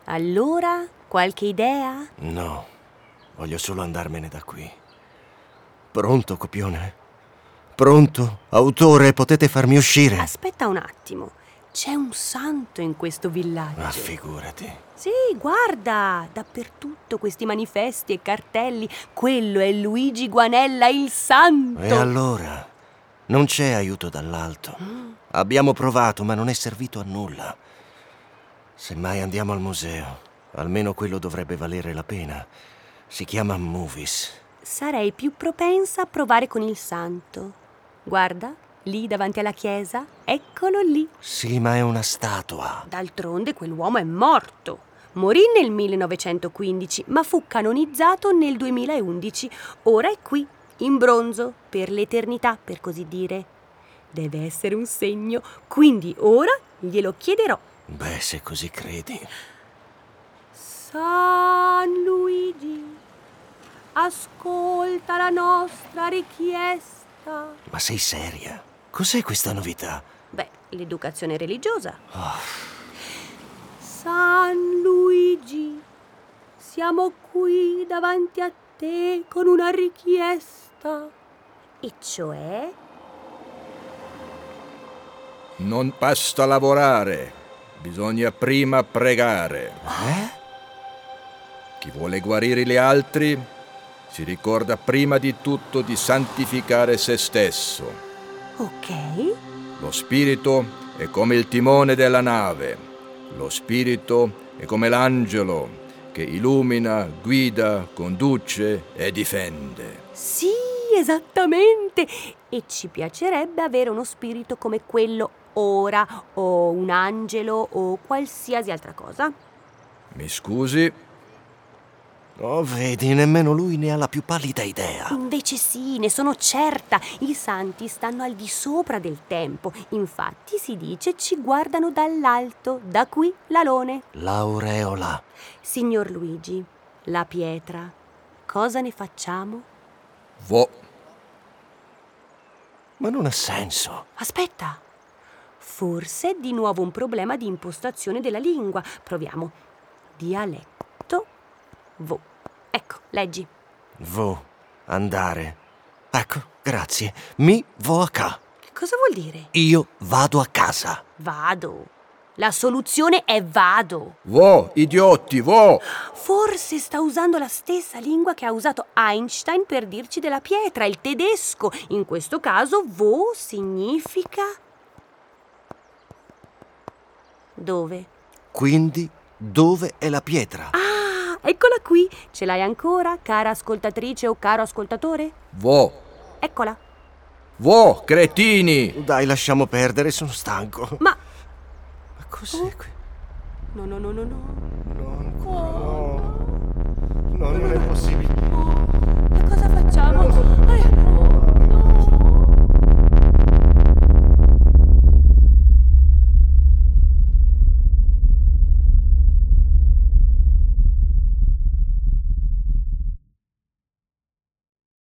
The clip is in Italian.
Allora, qualche idea? No, voglio solo andarmene da qui. Pronto, copione? Pronto? Autore, potete farmi uscire? Aspetta un attimo. C'è un santo in questo villaggio. Ma figurati. Sì, guarda, dappertutto questi manifesti e cartelli. Quello è Luigi Guanella, il santo. E allora? Non c'è aiuto dall'alto. Abbiamo provato, ma non è servito a nulla. Semmai andiamo al museo. Almeno quello dovrebbe valere la pena. Si chiama Movies. Sarei più propensa a provare con il santo. Guarda, lì davanti alla chiesa, eccolo lì. Sì, ma è una statua. D'altronde quell'uomo è morto. Morì nel 1915, ma fu canonizzato nel 2011. Ora è qui, in bronzo, per l'eternità, per così dire. Deve essere un segno, quindi ora glielo chiederò. Beh, se così credi. San Luigi, ascolta la nostra richiesta. Ma sei seria? Cos'è questa novità? Beh, l'educazione religiosa. San Luigi, siamo qui davanti a te con una richiesta. E cioè? Non basta lavorare, bisogna prima pregare. Chi vuole guarire gli altri si ricorda prima di tutto di santificare se stesso. Ok. Lo spirito è come il timone della nave. Lo spirito è come l'angelo che illumina, guida, conduce e difende. Sì, esattamente. E ci piacerebbe avere uno spirito come quello ora, o un angelo, o qualsiasi altra cosa. Mi scusi? Oh, vedi, nemmeno lui ne ha la più pallida idea. Invece sì, ne sono certa. I santi stanno al di sopra del tempo. Infatti si dice ci guardano dall'alto, da qui l'alone. L'aureola. Signor Luigi, la pietra, cosa ne facciamo? Ma non ha senso. Aspetta, forse è di nuovo un problema di impostazione della lingua. Proviamo. Dialetto, vo. Ecco, leggi. Andare. Ecco, grazie. Mi vo a ca. Che cosa vuol dire? Io vado a casa. Vado. La soluzione è vado. Idioti, Forse sta usando la stessa lingua che ha usato Einstein per dirci della pietra, il tedesco. In questo caso, vo significa... Dove? Quindi, dove è la pietra? Ah, eccola qui. Ce l'hai ancora, cara ascoltatrice o caro ascoltatore? Eccola. Cretini! Dai, lasciamo perdere, sono stanco. Ma cos'è qui? no. No, non è possibile.